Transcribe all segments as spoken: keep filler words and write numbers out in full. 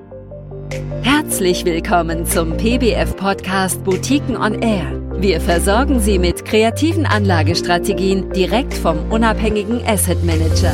Herzlich willkommen zum P B F-Podcast Boutiquen on Air. Wir versorgen Sie mit kreativen Anlagestrategien direkt vom unabhängigen Asset Manager.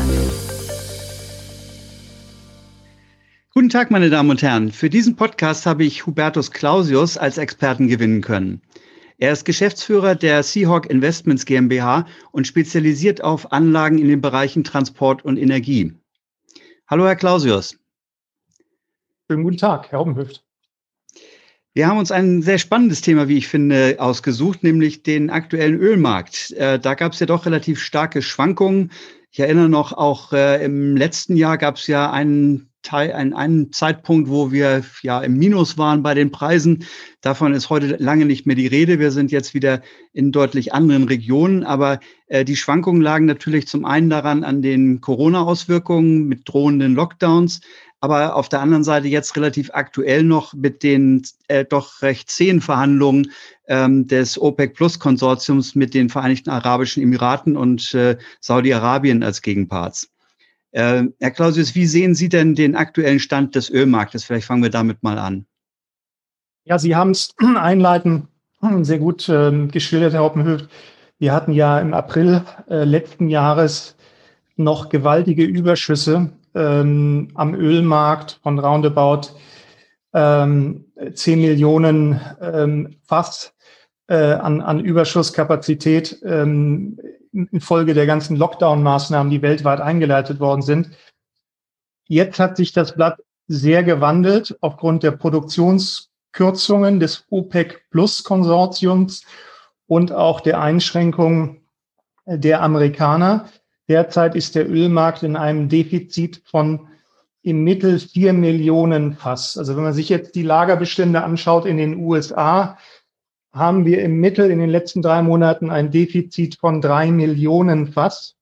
Guten Tag, meine Damen und Herren. Für diesen Podcast habe ich Hubertus Clausius als Experten gewinnen können. Er ist Geschäftsführer der Seahawk Investments GmbH und spezialisiert auf Anlagen in den Bereichen Transport und Energie. Hallo, Herr Clausius. Schönen guten Tag, Herr Oppenhöft. Wir haben uns ein sehr spannendes Thema, wie ich finde, ausgesucht, nämlich den aktuellen Ölmarkt. Äh, da gab es ja doch relativ starke Schwankungen. Ich erinnere noch, auch äh, im letzten Jahr gab es ja einen Teil, einen, einen Zeitpunkt, wo wir ja im Minus waren bei den Preisen. Davon ist heute lange nicht mehr die Rede. Wir sind jetzt wieder in deutlich anderen Regionen. Aber äh, die Schwankungen lagen natürlich zum einen daran an den Corona-Auswirkungen mit drohenden Lockdowns. Aber auf der anderen Seite jetzt relativ aktuell noch mit den äh, doch recht zähen Verhandlungen ähm, des OPEC-Plus-Konsortiums mit den Vereinigten Arabischen Emiraten und äh, Saudi-Arabien als Gegenparts. Äh, Herr Clausius, wie sehen Sie denn den aktuellen Stand des Ölmarktes? Vielleicht fangen wir damit mal an. Ja, Sie haben es einleitend sehr gut äh, geschildert, Herr Oppenhöft. Wir hatten ja im April äh, letzten Jahres noch gewaltige Überschüsse ähm, am Ölmarkt von roundabout ähm, zehn Millionen ähm, Fass äh, an, an Überschusskapazität ähm, infolge der ganzen Lockdown-Maßnahmen, die weltweit eingeleitet worden sind. Jetzt hat sich das Blatt sehr gewandelt aufgrund der Produktionskürzungen des OPEC-Plus-Konsortiums und auch der Einschränkungen der Amerikaner. Derzeit ist der Ölmarkt in einem Defizit von im Mittel vier Millionen Fass. Also wenn man sich jetzt die Lagerbestände anschaut in den U S A, haben wir im Mittel in den letzten drei Monaten ein Defizit von drei Millionen Fass.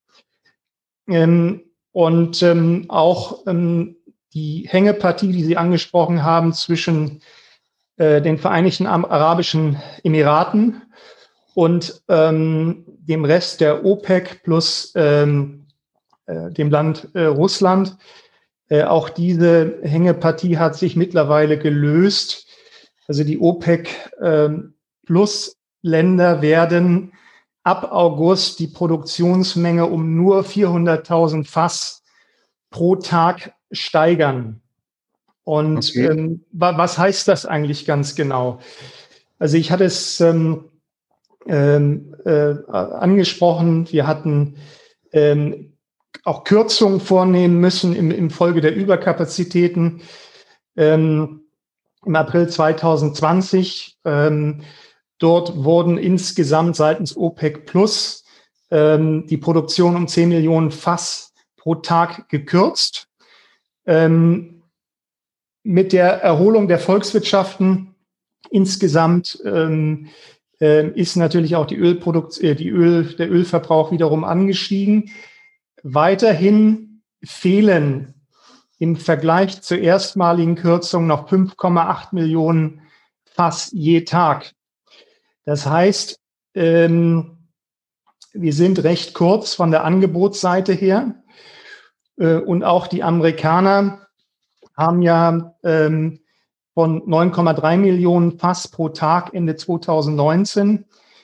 Ähm, und ähm, auch ähm, die Hängepartie, die Sie angesprochen haben, zwischen äh, den Vereinigten Arabischen Emiraten und ähm, dem Rest der OPEC plus ähm, äh, dem Land äh, Russland. Äh, auch diese Hängepartie hat sich mittlerweile gelöst. Also die OPEC ähm, plus Länder werden ab August die Produktionsmenge um nur vierhunderttausend Fass pro Tag steigern. Und okay. ähm, was heißt das eigentlich ganz genau? Also ich hatte es ähm, ähm, äh, angesprochen, wir hatten ähm, auch Kürzungen vornehmen müssen im, im Folge der Überkapazitäten ähm, im April zwanzig zwanzig. Ähm, Dort wurden insgesamt seitens OPEC Plus ähm, die Produktion um zehn Millionen Fass pro Tag gekürzt. Ähm, mit der Erholung der Volkswirtschaften insgesamt ähm, äh, ist natürlich auch die Ölprodukt, äh, die Öl, der Ölverbrauch wiederum angestiegen. Weiterhin fehlen im Vergleich zur erstmaligen Kürzung noch fünf Komma acht Millionen Fass je Tag. Das heißt, ähm, wir sind recht kurz von der Angebotsseite her. Äh, und auch die Amerikaner haben ja ähm, von neun Komma drei Millionen Fass pro Tag Ende zwanzig neunzehn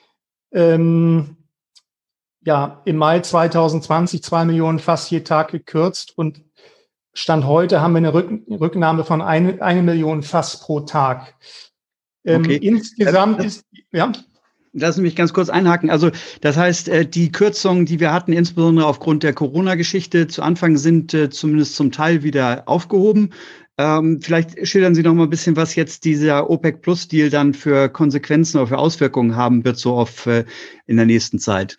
ähm, ja, im Mai zwanzig zwanzig zwei Millionen Fass je Tag gekürzt. Und Stand heute haben wir eine Rück- Rücknahme von eine, eine Million Fass pro Tag. Okay. Ähm, insgesamt ist, ja. Lassen Sie mich ganz kurz einhaken. Also das heißt, die Kürzungen, die wir hatten, insbesondere aufgrund der Corona-Geschichte zu Anfang, sind zumindest zum Teil wieder aufgehoben. Ähm, vielleicht schildern Sie noch mal ein bisschen, was jetzt dieser OPEC-Plus-Deal dann für Konsequenzen oder für Auswirkungen haben wird, so auf äh, in der nächsten Zeit.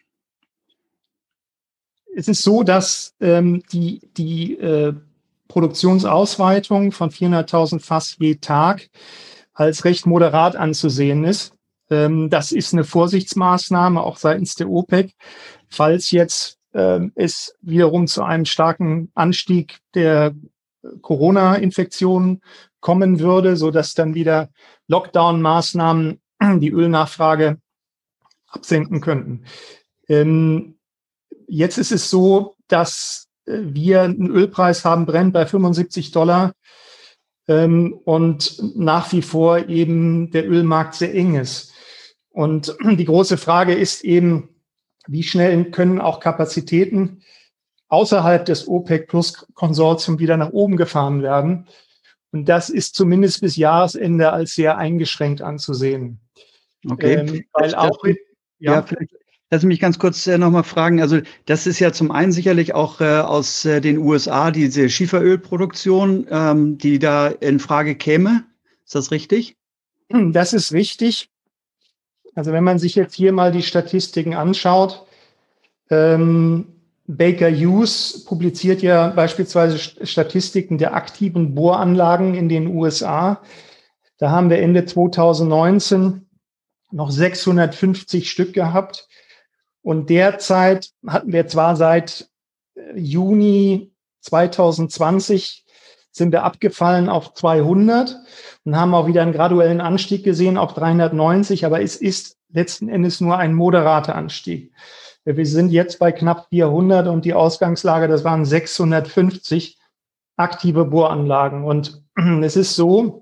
Es ist so, dass ähm, die, die äh, Produktionsausweitung von vierhunderttausend Fass je Tag als recht moderat anzusehen ist. Ähm, das ist eine Vorsichtsmaßnahme auch seitens der OPEC. Falls jetzt ähm, es wiederum zu einem starken Anstieg der Corona-Infektionen kommen würde, sodass dann wieder Lockdown-Maßnahmen die Ölnachfrage absenken könnten. Ähm, jetzt ist es so, dass wir einen Ölpreis haben, brennt bei fünfundsiebzig Dollar ähm, und nach wie vor eben der Ölmarkt sehr eng ist. Und die große Frage ist eben, wie schnell können auch Kapazitäten außerhalb des OPEC-Plus-Konsortiums wieder nach oben gefahren werden. Und das ist zumindest bis Jahresende als sehr eingeschränkt anzusehen. Okay. Ähm, weil das, auch, das, ja, ja, vielleicht lass mich ganz kurz äh, nochmal fragen. Also das ist ja zum einen sicherlich auch äh, aus äh, den U S A diese Schieferölproduktion, ähm, die da in Frage käme. Ist das richtig? Das ist richtig. Also wenn man sich jetzt hier mal die Statistiken anschaut, ähm, Baker Hughes publiziert ja beispielsweise Statistiken der aktiven Bohranlagen in den U S A. Da haben wir Ende zweitausendneunzehn noch sechshundertfünfzig Stück gehabt. Und derzeit hatten wir zwar seit Juni zweitausendzwanzig sind wir abgefallen auf zweihundert und haben auch wieder einen graduellen Anstieg gesehen auf dreihundertneunzig, aber es ist letzten Endes nur ein moderater Anstieg. Wir sind jetzt bei knapp vierhundert und die Ausgangslage, das waren sechshundertfünfzig aktive Bohranlagen. Und es ist so,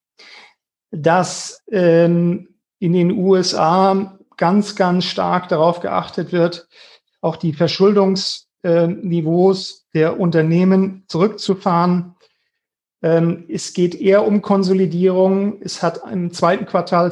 dass ähm, in den U S A ganz, ganz stark darauf geachtet wird, auch die Verschuldungsniveaus der Unternehmen zurückzufahren. Ähm, es geht eher um Konsolidierung. Es hat im zweiten Quartal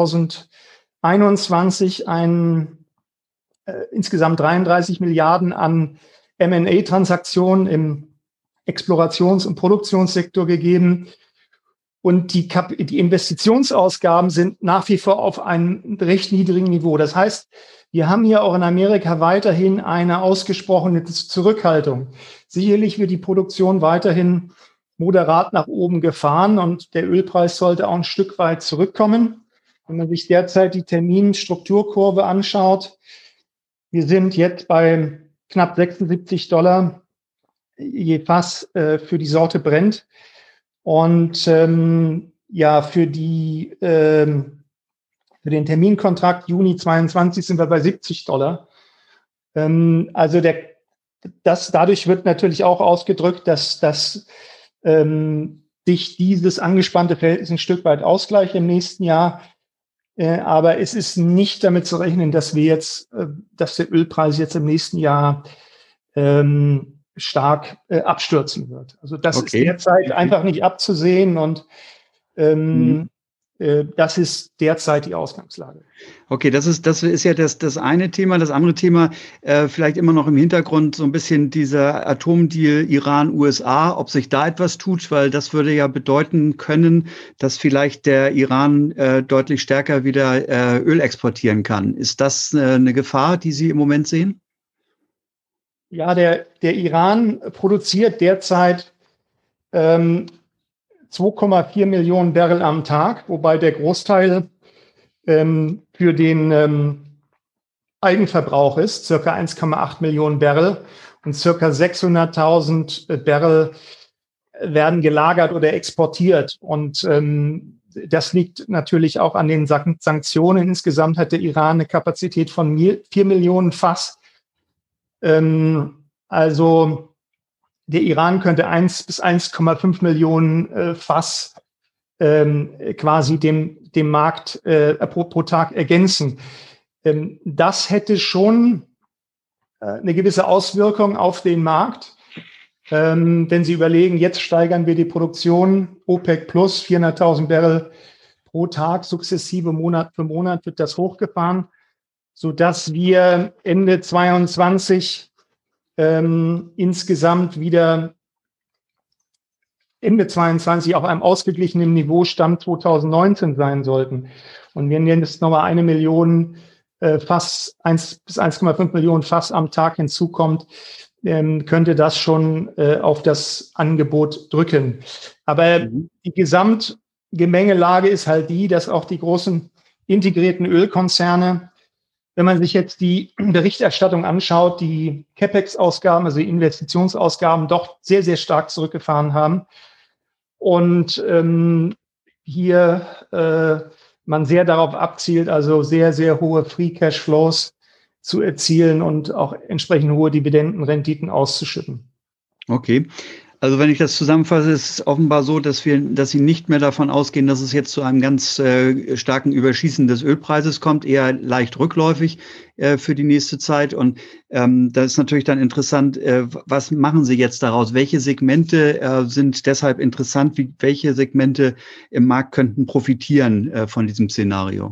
zweitausendeinundzwanzig ein äh, insgesamt dreiunddreißig Milliarden an M und A-Transaktionen im Explorations- und Produktionssektor gegeben. Und die, Kap- die Investitionsausgaben sind nach wie vor auf einem recht niedrigen Niveau. Das heißt, wir haben hier auch in Amerika weiterhin eine ausgesprochene Zurückhaltung. Sicherlich wird die Produktion weiterhin moderat nach oben gefahren und der Ölpreis sollte auch ein Stück weit zurückkommen. Wenn man sich derzeit die Terminstrukturkurve anschaut, wir sind jetzt bei knapp sechsundsiebzig Dollar je Fass äh, für die Sorte Brent. Und ähm, ja, für die ähm, für den Terminkontrakt Juni zweiundzwanzig sind wir bei siebzig Dollar. Ähm, also der, das dadurch wird natürlich auch ausgedrückt, dass dass ähm, sich dieses angespannte Verhältnis ein Stück weit ausgleicht im nächsten Jahr. Äh, aber es ist nicht damit zu rechnen, dass wir jetzt, äh, dass der Ölpreis jetzt im nächsten Jahr ähm, stark äh, abstürzen wird. Also das Okay. ist derzeit Okay. einfach nicht abzusehen und ähm, Mhm. äh, das ist derzeit die Ausgangslage. Okay, das ist, das ist ja das, das eine Thema. Das andere Thema, äh, vielleicht immer noch im Hintergrund so ein bisschen dieser Atomdeal Iran-U S A, ob sich da etwas tut, weil das würde ja bedeuten können, dass vielleicht der Iran äh, deutlich stärker wieder äh, Öl exportieren kann. Ist das äh, eine Gefahr, die Sie im Moment sehen? Ja, der, der Iran produziert derzeit ähm, zwei Komma vier Millionen Barrel am Tag, wobei der Großteil ähm, für den ähm, Eigenverbrauch ist, circa eins Komma acht Millionen Barrel und circa sechshunderttausend Barrel werden gelagert oder exportiert. Und ähm, das liegt natürlich auch an den Sanktionen. Insgesamt hat der Iran eine Kapazität von vier Millionen Fass. Ähm, also der Iran könnte eins bis eins Komma fünf Millionen äh, Fass ähm, quasi dem, dem Markt äh, pro, pro Tag ergänzen. Ähm, das hätte schon äh, eine gewisse Auswirkung auf den Markt. Ähm, wenn Sie überlegen, jetzt steigern wir die Produktion, OPEC plus vierhunderttausend Barrel pro Tag, sukzessive Monat für Monat wird das hochgefahren, sodass wir Ende zweiundzwanzig ähm, insgesamt wieder Ende zweiundzwanzig auf einem ausgeglichenen Niveau Stand zweitausendneunzehn sein sollten. Und wenn jetzt nochmal eine Million äh, Fass, eins bis eins Komma fünf Millionen Fass am Tag hinzukommt, ähm, könnte das schon äh, auf das Angebot drücken. Aber mhm. die Gesamtgemengelage ist halt die, dass auch die großen integrierten Ölkonzerne, wenn man sich jetzt die Berichterstattung anschaut, die CapEx-Ausgaben, also die Investitionsausgaben, doch sehr, sehr stark zurückgefahren haben. Und ähm, hier äh, man sehr darauf abzielt, also sehr, sehr hohe Free Cash Flows zu erzielen und auch entsprechend hohe Dividendenrenditen auszuschütten. Okay. Also wenn ich das zusammenfasse, ist es offenbar so, dass wir, dass Sie nicht mehr davon ausgehen, dass es jetzt zu einem ganz äh, starken Überschießen des Ölpreises kommt, eher leicht rückläufig äh, für die nächste Zeit. Und ähm, da ist natürlich dann interessant, äh, was machen Sie jetzt daraus? Welche Segmente äh, sind deshalb interessant? Wie, welche Segmente im Markt könnten profitieren äh, von diesem Szenario?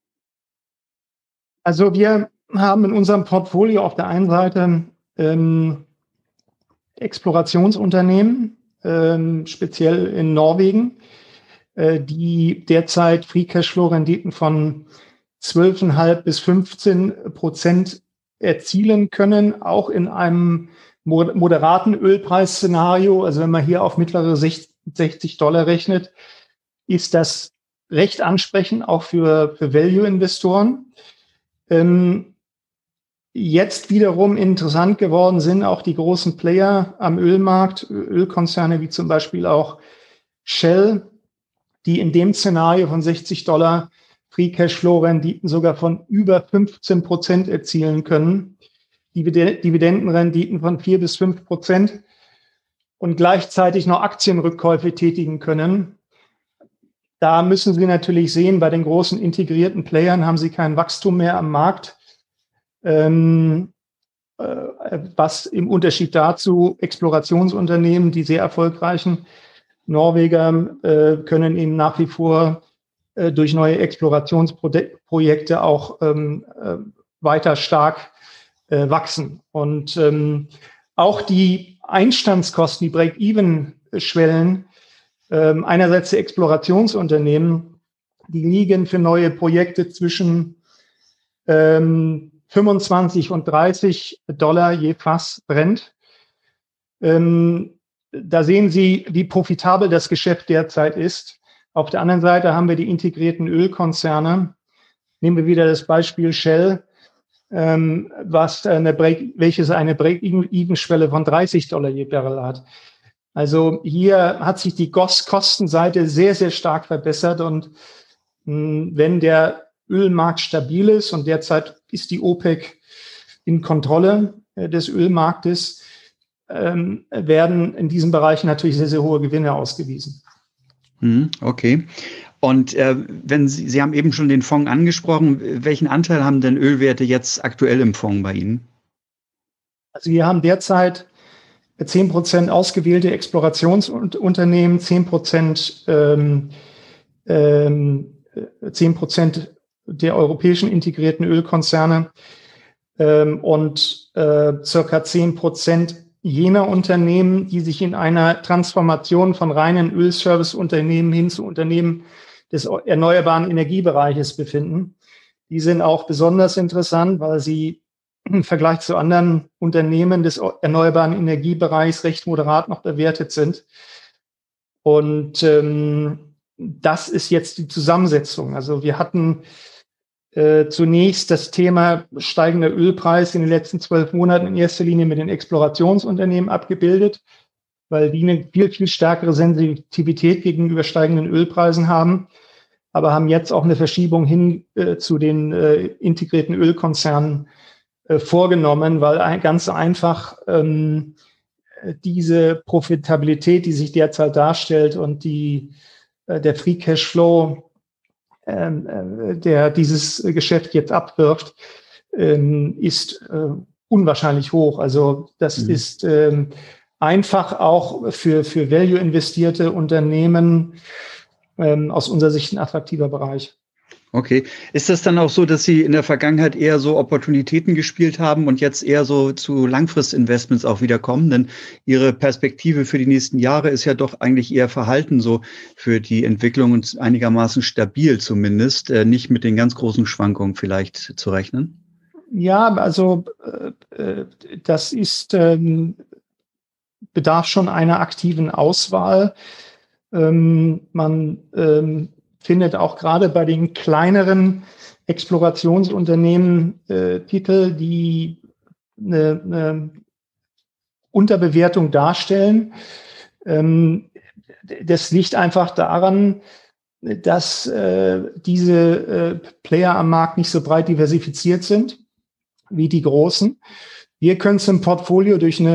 Also wir haben in unserem Portfolio auf der einen Seite ähm, Explorationsunternehmen, ähm, speziell in Norwegen, äh, die derzeit Free Cashflow-Renditen von zwölf Komma fünf bis fünfzehn Prozent erzielen können, auch in einem moderaten Ölpreisszenario. Also wenn man hier auf mittlere sechzig Dollar rechnet, ist das recht ansprechend, auch für, für Value-Investoren. Ähm, Jetzt wiederum interessant geworden sind auch die großen Player am Ölmarkt, Ölkonzerne wie zum Beispiel auch Shell, die in dem Szenario von sechzig Dollar Free Cashflow-Renditen sogar von über fünfzehn Prozent erzielen können, Dividendenrenditen von vier bis fünf Prozent und gleichzeitig noch Aktienrückkäufe tätigen können. Da müssen Sie natürlich sehen, bei den großen integrierten Playern haben Sie kein Wachstum mehr am Markt. Ähm, äh, was im Unterschied dazu Explorationsunternehmen, die sehr erfolgreichen Norweger, äh, können eben nach wie vor äh, durch neue Explorationsprojekte auch ähm, äh, weiter stark äh, wachsen. Und ähm, auch die Einstandskosten, die Break-Even-Schwellen, äh, einerseits der Explorationsunternehmen, die liegen für neue Projekte zwischen ähm, fünfundzwanzig und dreißig Dollar je Fass Brent. Ähm, da sehen Sie, wie profitabel das Geschäft derzeit ist. Auf der anderen Seite haben wir die integrierten Ölkonzerne. Nehmen wir wieder das Beispiel Shell, ähm, was eine Break, welches eine Break-Even-Schwelle von dreißig Dollar je Barrel hat. Also hier hat sich die Kostenseite sehr, sehr stark verbessert. Und mh, wenn der Ölmarkt stabil ist und derzeit ist die OPEC in Kontrolle äh, des Ölmarktes, ähm, werden in diesem Bereich natürlich sehr, sehr hohe Gewinne ausgewiesen. Okay. Und äh, wenn Sie, Sie haben eben schon den Fonds angesprochen, welchen Anteil haben denn Ölwerte jetzt aktuell im Fonds bei Ihnen? Also wir haben derzeit zehn Prozent ausgewählte Explorationsunternehmen, zehn Prozent ähm, ähm, zehn Prozent der europäischen integrierten Ölkonzerne ähm, und äh, circa zehn Prozent jener Unternehmen, die sich in einer Transformation von reinen Ölserviceunternehmen hin zu Unternehmen des erneuerbaren Energiebereiches befinden. Die sind auch besonders interessant, weil sie im Vergleich zu anderen Unternehmen des erneuerbaren Energiebereichs recht moderat noch bewertet sind. Und ähm, das ist jetzt die Zusammensetzung. Also wir hatten äh, zunächst das Thema steigender Ölpreis in den letzten zwölf Monaten in erster Linie mit den Explorationsunternehmen abgebildet, weil die eine viel, viel stärkere Sensitivität gegenüber steigenden Ölpreisen haben, aber haben jetzt auch eine Verschiebung hin äh, zu den äh, integrierten Ölkonzernen äh, vorgenommen, weil ein, ganz einfach ähm, diese Profitabilität, die sich derzeit darstellt und die der Free Cashflow, ähm, der dieses Geschäft jetzt abwirft, ähm, ist äh, unwahrscheinlich hoch. Also das mhm. ist ähm, einfach auch für, für value-investierte Unternehmen ähm, aus unserer Sicht ein attraktiver Bereich. Okay. Ist das dann auch so, dass Sie in der Vergangenheit eher so Opportunitäten gespielt haben und jetzt eher so zu Langfristinvestments auch wieder kommen? Denn Ihre Perspektive für die nächsten Jahre ist ja doch eigentlich eher verhalten so für die Entwicklung und einigermaßen stabil zumindest, äh, nicht mit den ganz großen Schwankungen vielleicht zu rechnen? Ja, also äh, das ist ähm, bedarf schon einer aktiven Auswahl. Ähm, man ähm, findet auch gerade bei den kleineren Explorationsunternehmen äh, Titel, die eine, eine Unterbewertung darstellen. Ähm, das liegt einfach daran, dass äh, diese äh, Player am Markt nicht so breit diversifiziert sind wie die großen. Wir können es im Portfolio durch eine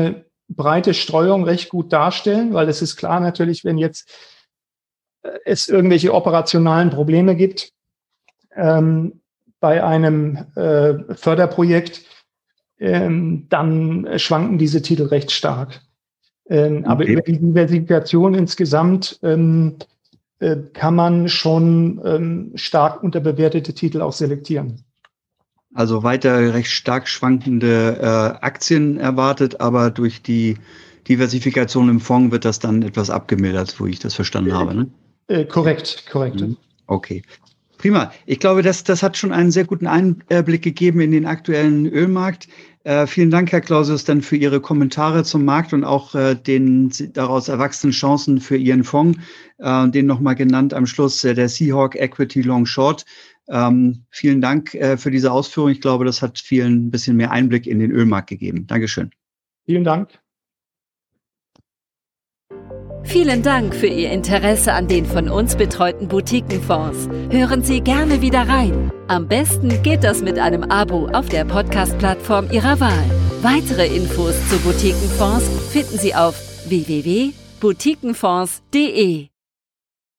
breite Streuung recht gut darstellen, weil es ist klar natürlich, wenn jetzt es irgendwelche operationalen Probleme gibt ähm, bei einem äh, Förderprojekt, ähm, dann schwanken diese Titel recht stark. Ähm, okay. Aber über die Diversifikation insgesamt ähm, äh, kann man schon ähm, stark unterbewertete Titel auch selektieren. Also weiter recht stark schwankende äh, Aktien erwartet, aber durch die Diversifikation im Fonds wird das dann etwas abgemildert, wo ich das verstanden habe, ne? Äh, korrekt, korrekt. Okay. Prima. Ich glaube, das, das hat schon einen sehr guten Einblick gegeben in den aktuellen Ölmarkt. Äh, vielen Dank, Herr Clausius, dann für Ihre Kommentare zum Markt und auch äh, den daraus erwachsenen Chancen für Ihren Fonds. Äh, den nochmal genannt am Schluss, äh, der Seahawk Equity Long Short. Ähm, vielen Dank äh, für diese Ausführung. Ich glaube, das hat vielen ein bisschen mehr Einblick in den Ölmarkt gegeben. Dankeschön. Vielen Dank. Vielen Dank für Ihr Interesse an den von uns betreuten Boutiquenfonds. Hören Sie gerne wieder rein. Am besten geht das mit einem Abo auf der Podcast-Plattform Ihrer Wahl. Weitere Infos zu Boutiquenfonds finden Sie auf w w w punkt boutiquenfonds punkt de.